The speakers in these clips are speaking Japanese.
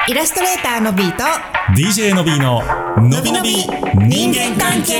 イラストレーターのビーと DJ の B ののびのび人間関係。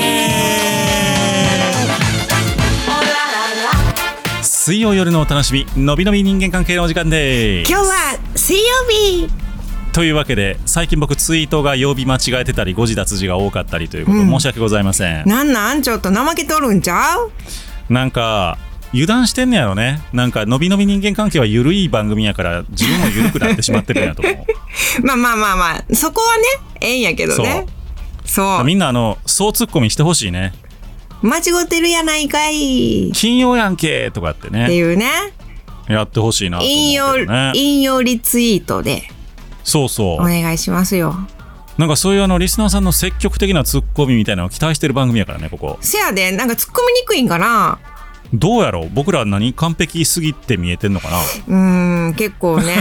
水曜夜のお楽しみ、のびのび人間関係のお時間で今日は水曜日というわけで、最近僕ツイートが曜日間違えてたり誤字脱字が多かったりということ、申し訳ございません。 なんちょっと怠けとるんちゃう？ なんか油断してんねやろね。なんかのびのび人間関係は緩い番組やから自分も緩くなってしまってるんやと思うまあそこはねええんやけどね。そうみんな総ツッコミしてほしいね。 間違ってるやないかい金曜やんけとかってねっていうね、 やってほしいなと思うけどね。 引用リツイートでそうお願いしますよ。 なんかそういうリスナーさんの積極的なツッコミみたいなのを期待してる番組やからね、ここ。 せやで、なんか突っ込みにくいんかな。 どうやろう、僕ら完璧すぎて見えてんのかな。 結構ね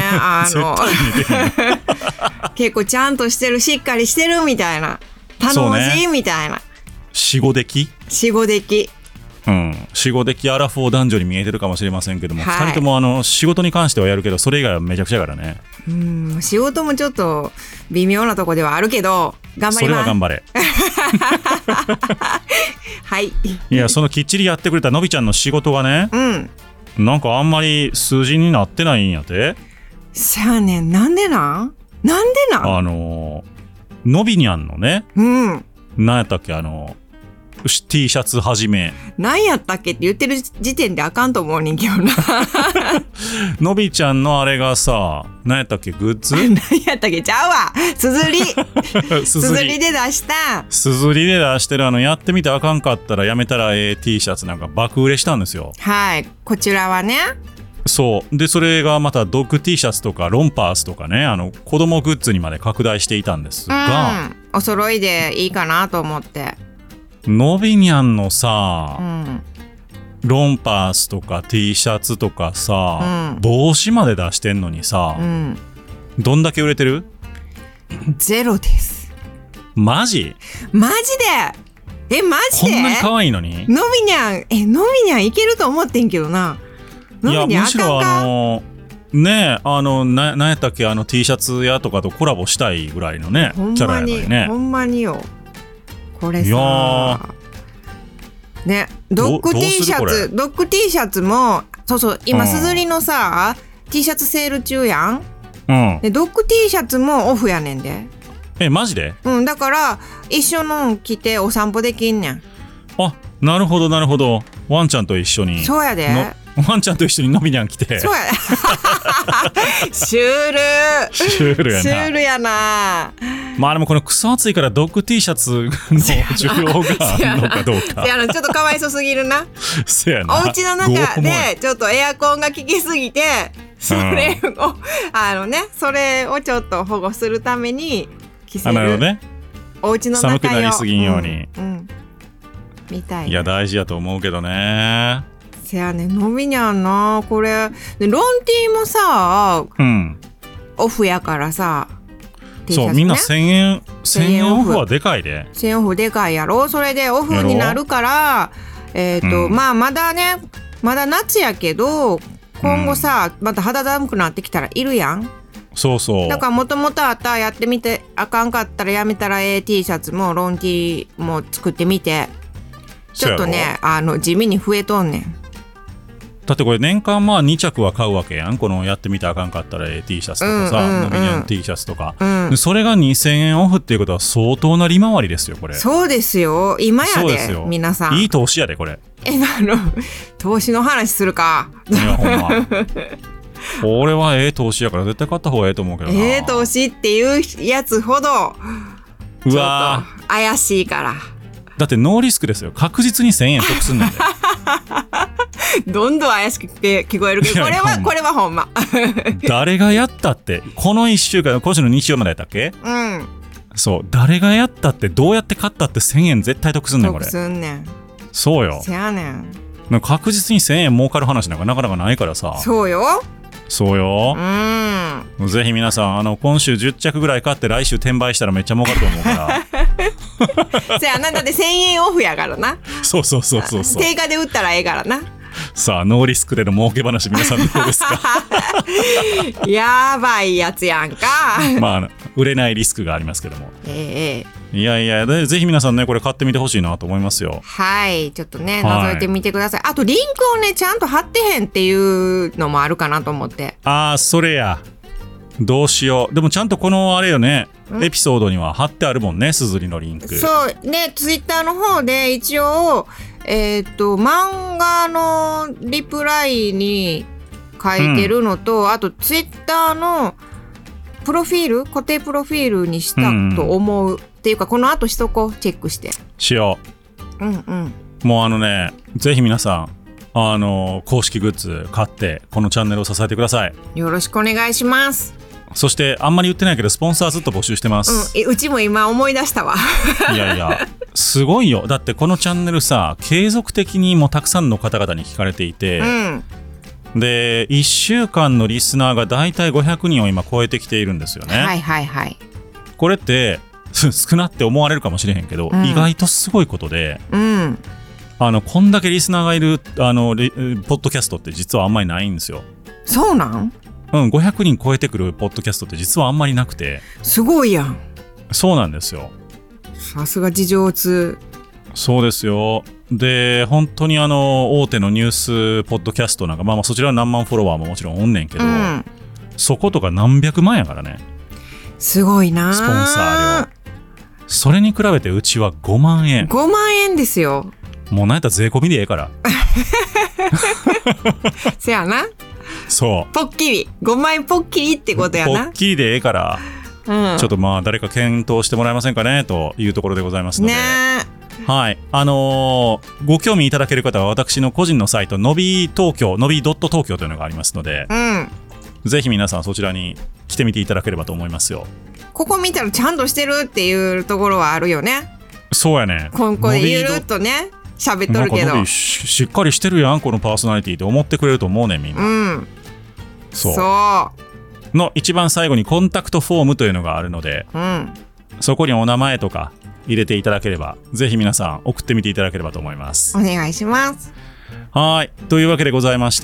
結構ちゃんとしてる、しっかりしてるみたいな、頼もしいみたいな、 四五的四五的アラフォー男女に見えてるかもしれませんけども、 はい、 2人とも仕事に関してはやるけど、それ以外はめちゃくちゃやからね。 仕事もちょっと微妙なとこではあるけど頑張ります。 それは頑張れはい。 いや、そのきっちりやってくれたのびちゃんの仕事がね、なんかあんまり数字になってないんやて。 しゃあねん、なんでなんのびにゃんのね、なんやったっけ、T シャツはじめ何やったっけって言ってる時点であかんと思うねんけどなのびちゃんのあれがさ、何やったっけ、グッズ何やったっけ、ちゃうわ、すずりすずりで出してるやってみてあかんかったらやめたらT シャツなんか爆売れしたんですよ。 はい、こちらはね。 そうで、それがまたドッグ T シャツとかロンパースとかね、子供グッズにまで拡大していたんですが、 お揃いでいいかなと思って。 のびにゃんのさ、ロンパースとか T シャツとかさ、帽子まで出してんのにさ、どんだけ売れてる？ ゼロです。 マジで？マジでこんなに可愛いのに？ のびにゃんいけると思ってんけどな。 いや、むしろねえ、なんやったっけ、T シャツ屋とかとコラボしたいぐらいのね、キャラやのにね。 ほんまによ。これさ、ね、ドッグ T シャツも、そう今すずりのさ、T シャツセール中やん。でドッグ T シャツもオフやねんで。 マジで？ だから一緒の着てお散歩できんねん。 あ、なるほど。ワンちゃんと一緒に。 そうやで。 ワンちゃんと一緒にのびにゃん来て。 そうやシュールやな。 まあでもこのクソ暑いからドッグ T シャツの需要があるのかどうか。 ちょっとかわいそすぎるなせやな。 お家の中でちょっとエアコンが効きすぎて、それをそれをちょっと保護するために着せる。 なるほどね。 お家の中寒くなりすぎんように、 みたいな。 いや、大事やと思うけどね。 せやね、のびにゃんな。これでロンティーもさ、オフやからさ、 そう、みんな1000円オフはでかいで。 1000円オフでかいやろ。それでオフになるから、まあまだね、まだ夏やけど今後さ、また肌寒くなってきたらいるやん。 そうだからもともとあったやってみてあかんかったらやめたらT シャツもロンティーも作ってみて、ちょっとね地味に増えとんねん。 だってこれ年間2着は買うわけやん。このやってみてあかんかったらT シャツとかさ、のびにゃん T シャツとか、それが2000円オフっていうことは相当な利回りですよ、これ。そうですよ、今やで。皆さんいい投資やで、これ。 投資の話するか。 いや、ほんまこれは投資やから絶対買った方がいいと思うけどな。 投資っていうやつほどちょっと怪しいから。 だってノーリスクですよ。確実に1000円得すんねんでどんどん怪しく聞こえるけど、これはほんま誰がやったって、この1週間、今週の日曜までやったっけ？そう、誰がやったってどうやって買ったって1000円絶対得すんねん、これ。 得すんねん。 そうよ。 せやねん。確実に1000円儲かる話なんかなかなかないからさ。 そうよ。 ぜひ皆さん今週10着ぐらい買って来週転売したらめっちゃ儲かると思うからせやな。だって1000円オフやからな。 そう定価で売ったらええからな。 さあノーリスクでの儲け話皆さんどうですか？ やばいやつやんか。 まあ売れないリスクがありますけども、いやいやでぜひ皆さんねこれ買ってみてほしいなと思いますよ。 はいちょっとね覗いてみてください、あとリンクをねちゃんと貼ってへんっていうのもあるかなと思って。 ああそれやどうしよう。でもちゃんとこのあれよねエピソードには貼ってあるもんね、すずりのリンク。 そうね、ツイッターの方で一応漫画のリプライに書いてるのと、あとツイッターのプロフィール固定プロフィールにしたと思う、っていうかこの後しとこう、チェックしてしよう。もうぜひ皆さん公式グッズ買ってこのチャンネルを支えてください。 よろしくお願いします。 そしてあんまり言ってないけどスポンサーずっと募集してます。 うちも今思い出したわ。 いやいやすごいよ。だってこのチャンネルさ継続的にもうたくさんの方々に聞かれていて、で1週間のリスナーがだいたい500人を今超えてきているんですよね。これって少なって思われるかもしれへんけど、意外とすごいことで、こんだけリスナーがいるポッドキャストって実はあんまりないんですよ。 そうなん？ 500人超えてくるポッドキャストって実はあんまりなくて。 すごいやん。 そうなんですよ。 さすが事情通。 そうですよ。で本当に大手のニュースポッドキャストなんか、まあそちらは何万フォロワーももちろんおんねんけど、そことか何百万やからね。 すごいな。 スポンサー料。それに比べてうちは5万円。 5万円ですよ。 もうなんやったら税込みでええから。 せやな。 そうポッキリ5万円ポッキリってことやな。 ポッキリでええから、ちょっとまあ誰か検討してもらえませんかねというところでございますので、はい、ご興味いただける方は私の個人のサイトのび東京のび.東京というのがありますので、ぜひ皆さんそちらに来てみていただければと思いますよ。 ここ見たらちゃんとしてるっていうところはあるよね。 そうやね。 ここでゆるっとね喋っとるけど、 しっかりしてるやんこのパーソナリティって思ってくれると思うねみんな。そうの一番最後にコンタクトフォームというのがあるので、そこにお名前とか入れていただければ、ぜひ皆さん送ってみていただければと思います。 お願いします。 はい、というわけでございまして、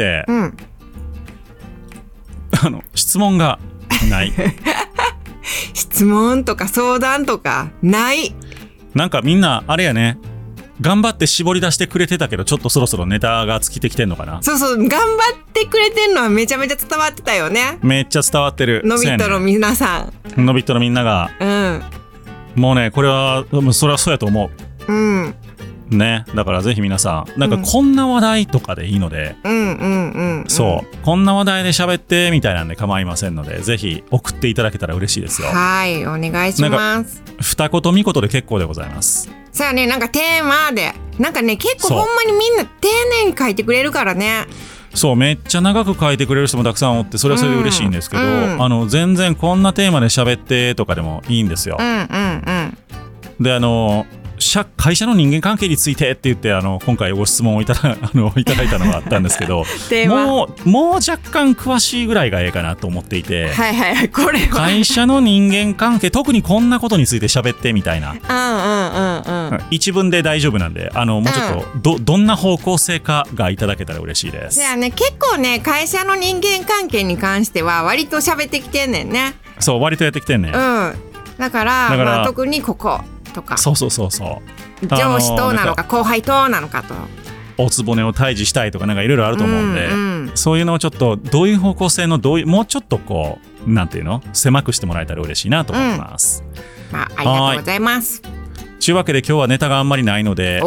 質問がない質問とか相談とかない。 なんかみんなあれやね、頑張って絞り出してくれてたけど、ちょっとそろそろネタが尽きてきてんのかな。 そう頑張ってくれてんのはめちゃめちゃ伝わってたよね。 めっちゃ伝わってる。 のび太の皆さん、のび太のみんなが、もうねこれはそれはそうやと思う。ね、だからぜひ皆さんなんかこんな話題とかでいいので、そうこんな話題で喋ってみたいなんで構いませんので、ぜひ送っていただけたら嬉しいですよ。 はいお願いします。 二言三言で結構でございます。 さあね、なんかテーマでなんかね結構ほんまにみんな丁寧に書いてくれるからね。 そうめっちゃ長く書いてくれる人もたくさんおって、それはそれで嬉しいんですけど、全然こんなテーマで喋ってとかでもいいんですよ。で会社の人間関係についてって言って今回ご質問をいただいたのがあったんですけどもう若干詳しいぐらいがええかなと思っていて、 これは会社の人間関係特にこんなことについて喋ってみたいな、一文で大丈夫なんでもうちょっとどんな方向性かがいただけたら嬉しいです。 結構ね会社の人間関係に関しては割と喋ってきてんねんね。 そう割とやってきてんねん。 だからまあ、特にこことかそう上司となのか後輩となのかとおつぼねを退治したいとかなんかいろいろあると思うんで、そういうのをちょっとどういう方向性のもうちょっとこうなんていうの狭くしてもらえたら嬉しいなと思います。 ありがとうございます。 というわけで今日はネタがあんまりないので、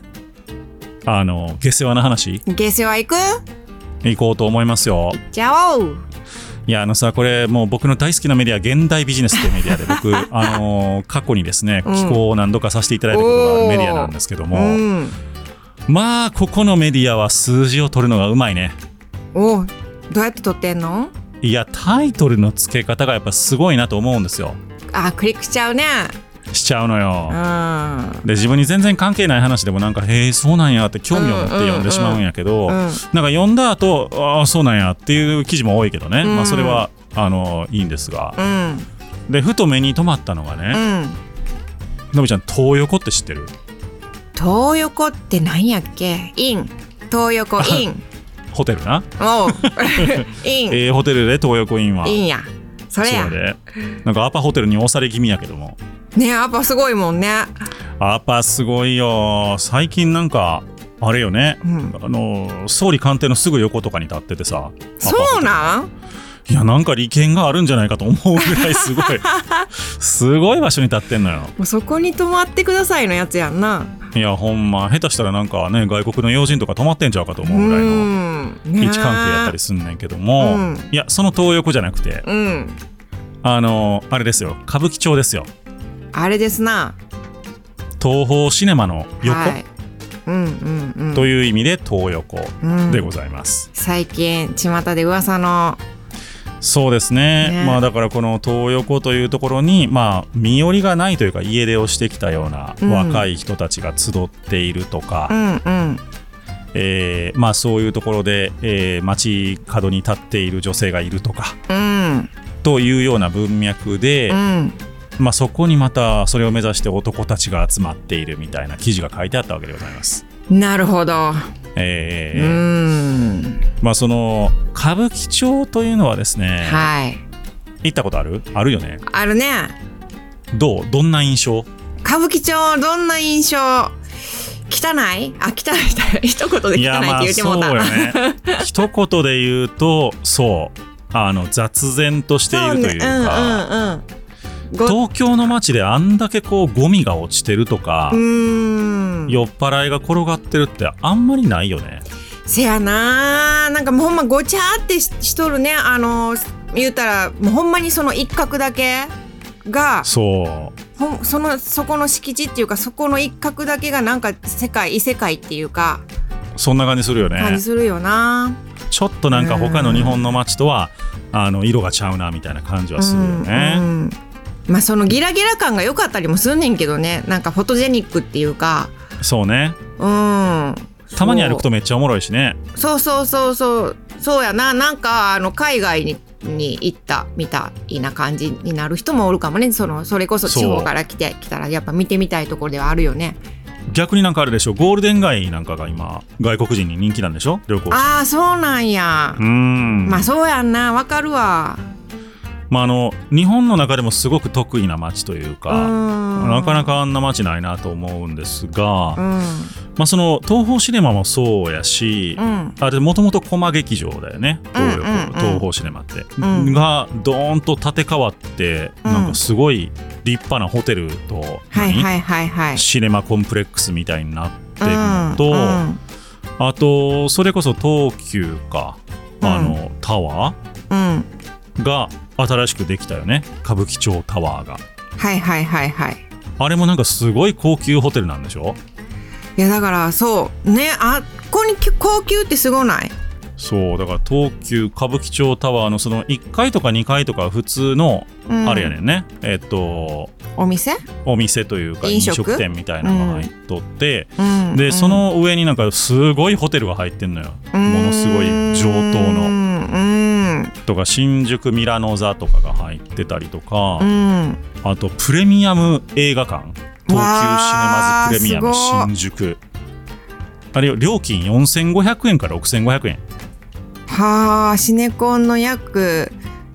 下世話な話下世話行こうと思いますよ。 じゃおう。 いやこれもう僕の大好きなメディア現代ビジネスというメディアで僕過去にですね寄稿を何度かさせていただいたことがあるメディアなんですけども、まあここのメディアは数字を取るのがうまいね。 どうやって取ってんの？ いやタイトルの付け方がやっぱすごいなと思うんですよ。 クリックしちゃうね。 しちゃうのよ。で自分に全然関係ない話でもなんかへえそうなんやって興味を持って読んでしまうんやけど、なんか読んだ後そうなんやっていう記事も多いけどね、まあそれはいいんですが、でふと目に留まったのがね、のびちゃん東横って知ってる？ 東横って何やっけ？イン東横インホテルなおうインホテルで東横インはいいんやそれやそうでなんかアパホテルに押され気味やけどもねアパすごいもんねアパすごいよ最近なんかあれよね、総理官邸のすぐ横とかに立っててさそうなんいやなんか利権があるんじゃないかと思うぐらいすごいすごい場所に立ってんのよもうそこに泊まってくださいのやつやんないやほんま下手したらなんかね外国の要人とか泊まってんちゃうかと思うぐらいの位置関係やったりすんねんけども、いやその東横じゃなくて、あれですよ歌舞伎町ですよあれですな東宝シネマの横、はいという意味で東横でございます、 最近巷で噂のそうですねまあだからこの東横というところにまあ身寄りがないというか家出をしてきたような若い人たちが集っているとか、まあそういうところで、街角に立っている女性がいるとか、というような文脈で、まあそこにまたそれを目指して男たちが集まっているみたいな記事が書いてあったわけでございます。 なるほど。 まあその歌舞伎町というのはですね、 はい、 行ったことある？あるよね。 あるね。 どんな印象？ 歌舞伎町どんな印象？汚い？あ、汚い一言で汚いって言ってもうた。 いやまあそうよね。一言で言うとそう雑然としているというか。東京の街であんだけこうゴミが落ちてるとか酔っ払いが転がってるってあんまりないよね。 せやななんかもうほんまごちゃってしとるね言うたらもうほんまにその一角だけがそこの敷地っていうかそこの一角だけがなんか異世界っていうかそんな感じするよね。 感じするよな。 ちょっとなんか他の日本の街とは色がちゃうなみたいな感じはするよね。 まあそのギラギラ感が良かったりもすんねんけどねなんかフォトジェニックっていうかそうねたまに歩くとめっちゃおもろいしね。 そうやななんか海外に行ったみたいな感じになる人もおるかもねそれこそ地方から来たらやっぱ見てみたいところではあるよね。 逆になんかあるでしょゴールデン街なんかが今外国人に人気なんでしょ旅行者。 ああそうなんやまあそうやんなわかるわ。 まあ、日本の中でもすごく得意な街というかなかなかあんな街ないなと思うんですが、まあ、その東宝シネマもそうやし、あれもともとコマ劇場だよね東宝シネマって、がドーンと建て替わって、なんかすごい立派なホテルと、シネマコンプレックスみたいになってるのと、あとそれこそ東急かタワー、が新しくできたよね歌舞伎町タワーが。あれもなんかすごい高級ホテルなんでしょ。 いやだからそうねここに高級ってすごない？ そうだから東急歌舞伎町タワーのその1階とか2階とか普通のあれやねんね、お店というか飲食店みたいなのが入っとって、でその上になんかすごいホテルが入ってんのよ。ものすごい上等のとか新宿ミラノ座とかが入ってたりとか、あとプレミアム映画館東急シネマズプレミアム新宿あれよ料金4500円から6500円はあシネコンの約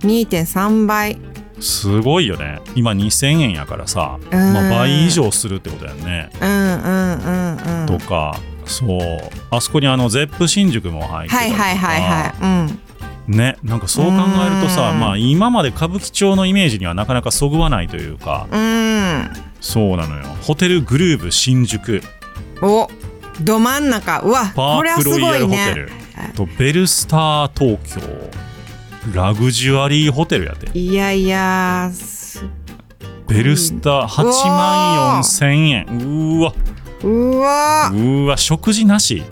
2.3 倍すごいよね。今2000円やからさ、まあ、倍以上するってことやんね。とかそうあそこにゼップ新宿も入ってたりとかね、なんかそう考えるとさ、まあ、今まで歌舞伎町のイメージにはなかなかそぐわないというか、そうなのよ。ホテルグルーヴ新宿おど真ん中うわパークロイヤルホテルとベルスター東京ラグジュアリーホテルやで。 いやいやベルスター8万4000円うわ食事なし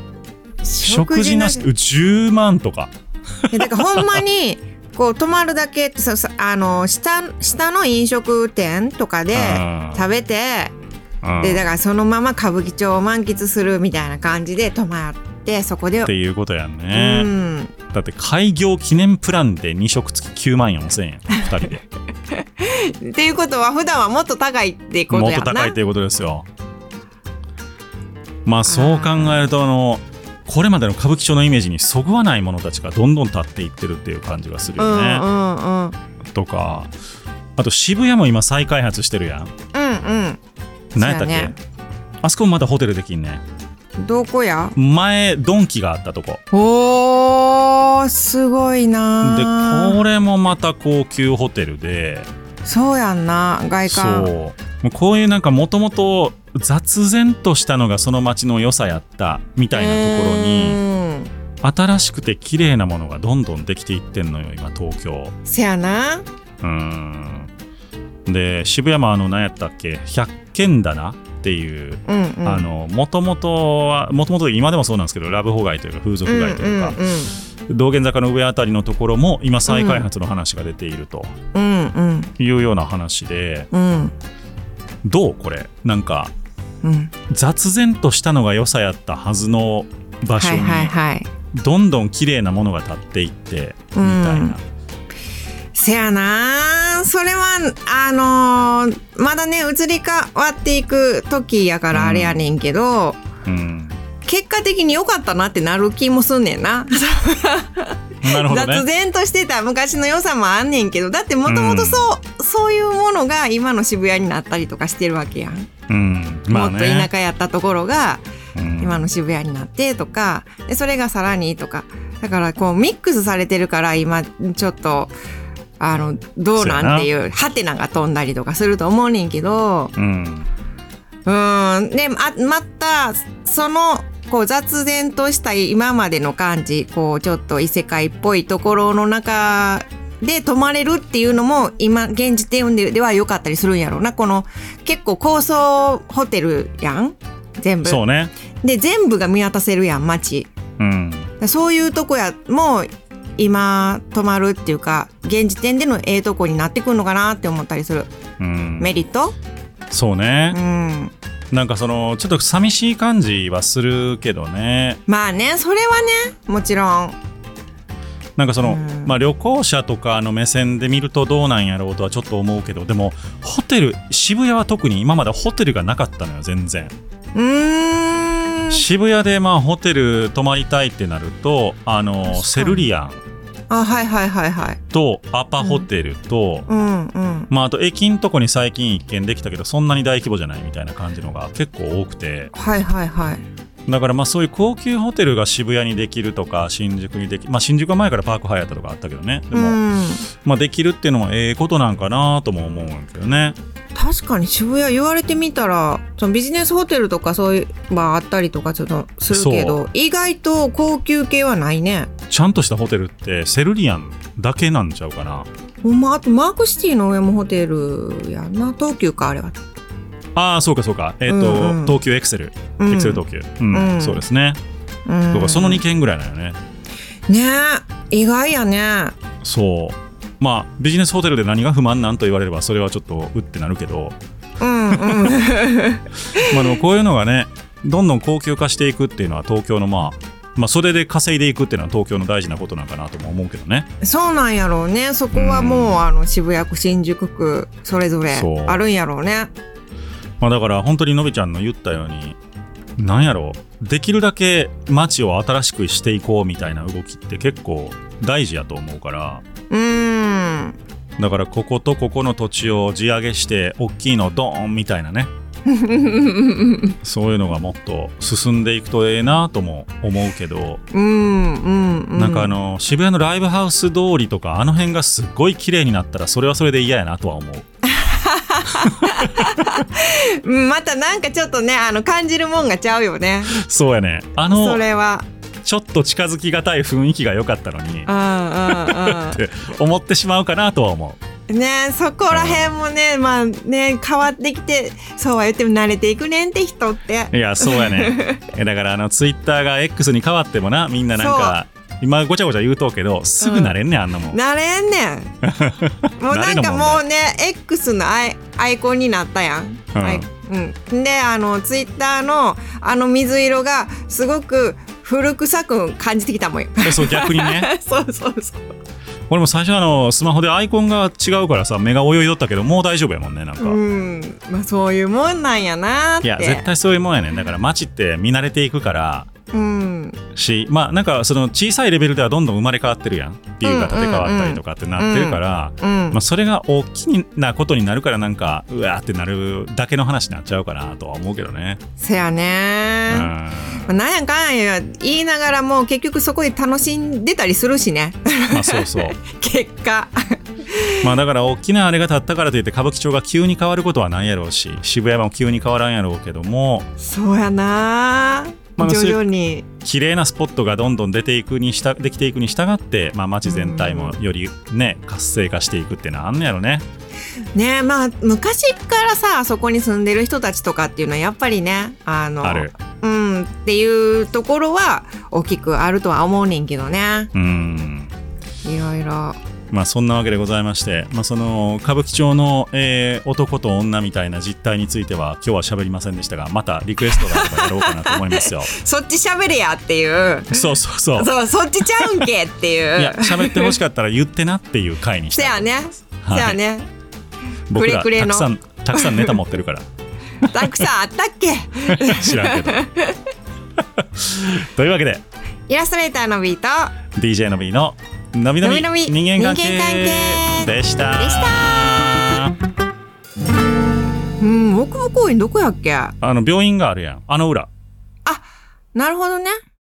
10万とかだからほんまにこう泊まるだけって下の飲食店とかで食べてでだからそのまま歌舞伎町を満喫するみたいな感じで泊まってそこでっていうことやんね、だって開業記念プランで2食付き9万4000円2人でっていうことは普段はもっと高いってことやんな。 もっと高いっていうことですよ。まあそう考えるとこれまでの歌舞伎町のイメージにそぐわないものたちがどんどん立っていってるっていう感じがするよね、とかあと渋谷も今再開発してるやん。何やったっけ、あそこもまたホテルできんね。 どこや。 前ドンキがあったとこ。 おーすごいな。 でこれもまた高級ホテルで。 そうやんな外観。 そうこういうなんかもともと雑然としたのがその街の良さやったみたいなところに新しくて綺麗なものがどんどんできていってんのよ今東京。 せやな。 で渋谷も何やったっけ百軒棚っていう、もともと今でもそうなんですけどラブホ街というか風俗街というか、道玄坂の上あたりのところも今再開発の話が出ているというような話で、どうこれなんか、雑然としたのが良さやったはずの場所にどんどん綺麗なものが建っていってみたいな。 せやな。それはまだね移り変わっていく時やからあれやねんけど、結果的に良かったなってなる気もすんねんな。 なるほどね、 雑然としてた昔の良さもあんねんけど、だってもともとそういうものが今の渋谷になったりとかしてるわけやん、もっと田舎やったところが今の渋谷になってとかで、それがさらにとかだからこうミックスされてるから今ちょっとどうなんっていうハテナが飛んだりとかすると思うねんけど、でまたそのこう雑然とした今までの感じこうちょっと異世界っぽいところの中で泊まれるっていうのも今現時点では良かったりするんやろうな。この結構高層ホテルやん全部。 そうね。 で全部が見渡せるやん街、そういうとこやもう今泊まるっていうか現時点でのとこになってくるのかなって思ったりする、メリット。 そうね、なんかそのちょっと寂しい感じはするけどね。 まあねそれはねもちろんなんかその、旅行者とかの目線で見るとどうなんやろうとはちょっと思うけど、でもホテル渋谷は特に今までホテルがなかったのよ全然。渋谷でホテル泊まりたいってなるとセルリアンとアパホテルと、あと駅んとこに最近一軒できたけどそんなに大規模じゃないみたいな感じのが結構多くて、だからそういう高級ホテルが渋谷にできるとか新宿にでき新宿は前からパークハヤトとかあったけどね、でも、できるっていうのもことなんかなとも思うんだけどね。 確かに渋谷言われてみたらそのビジネスホテルとかそういうあったりとかちょっとするけど意外と高級系はないね。 ちゃんとしたホテルってセルリアンだけなんちゃうかな。 あとマークシティの上もホテルやな。東急かあれは。 そうか東急エクセル、エクセル東急、そうですね、だからその2軒ぐらいだよね。 意外やね。 そうビジネスホテルで何が不満なんと言われればそれはちょっとうってなるけど、でもこういうのがねどんどん高級化していくっていうのは東京のそれで稼いでいくっていうのは東京の大事なことなんかなとも思うけどね。そうなんやろうね。そこはもう渋谷区新宿区それぞれあるんやろうね。だから本当にのびちゃんの言ったようになんやろうできるだけ街を新しくしていこうみたいな動きって結構大事やと思うから、だからこことここの土地を地上げして大きいのドーンみたいなねそういうのがもっと進んでいくとなとも思うけど、なんか渋谷のライブハウス通りとかあの辺がすっごい綺麗になったらそれはそれで嫌やなとは思うまたなんかちょっとね感じるもんがちゃうよね。そうやね。それはちょっと近づきがたい雰囲気が良かったのにって思ってしまうかなとは思うね。そこら辺もね変わってきてそうは言っても慣れていくねんって人って。 いやそうやねだからツイッターが X に変わってもなみんななんか今ごちゃごちゃ言うとうけどすぐ慣れんねん、あんなもん慣れんねんもうなんかもうね X のアイコンになったやん、でツイッターの水色がすごく古臭く感じてきたもんそう逆にねそう俺も最初スマホでアイコンが違うからさ目が泳いどったけどもう大丈夫やもんね。なんかそういうもんなんやなって。 いや絶対そういうもんやねん。だから街って見慣れていくからし、まあなんかその小さいレベルではどんどん生まれ変わってるやん、ビルが建て替わったりとかってなってるから、まあ、それが大きなことになるからなんかうわーってなるだけの話になっちゃうかなとは思うけどね。 せやね、なんやかんや言いながらも結局そこで楽しんでたりするしね。 まあそうそう結果まあだから大きなあれが建ったからといって歌舞伎町が急に変わることはないやろうし、渋谷も急に変わらんやろうけども、 そうやな、まあ、徐々に綺麗なスポットがどんどんできていくに従って、まあ、街全体もよりね活性化していくってのはあんのやろね。 ね、まあ昔からさあそこに住んでる人たちとかっていうのはやっぱりねある、っていうところは大きくあるとは思うねんけどね。いろいろまあそんなわけでございまして、まあ、その歌舞伎町の、男と女みたいな実態については今日は喋りませんでしたが、またリクエストがあればやろうかなと思いますよ。 そっち喋れやっていう。 そうそっちちゃうんけっていう。 いや喋ってほしかったら言ってなっていう回にしたいと思います。 せやね、 僕らたくさんネタ持ってるから。 たくさんあったっけ知らんけど。というわけでイラストレーターの B と DJ の B ののびのび人間関係でした。 大久保公園どこやっけ？ 病院があるやん、あの裏。 あ、なるほどね。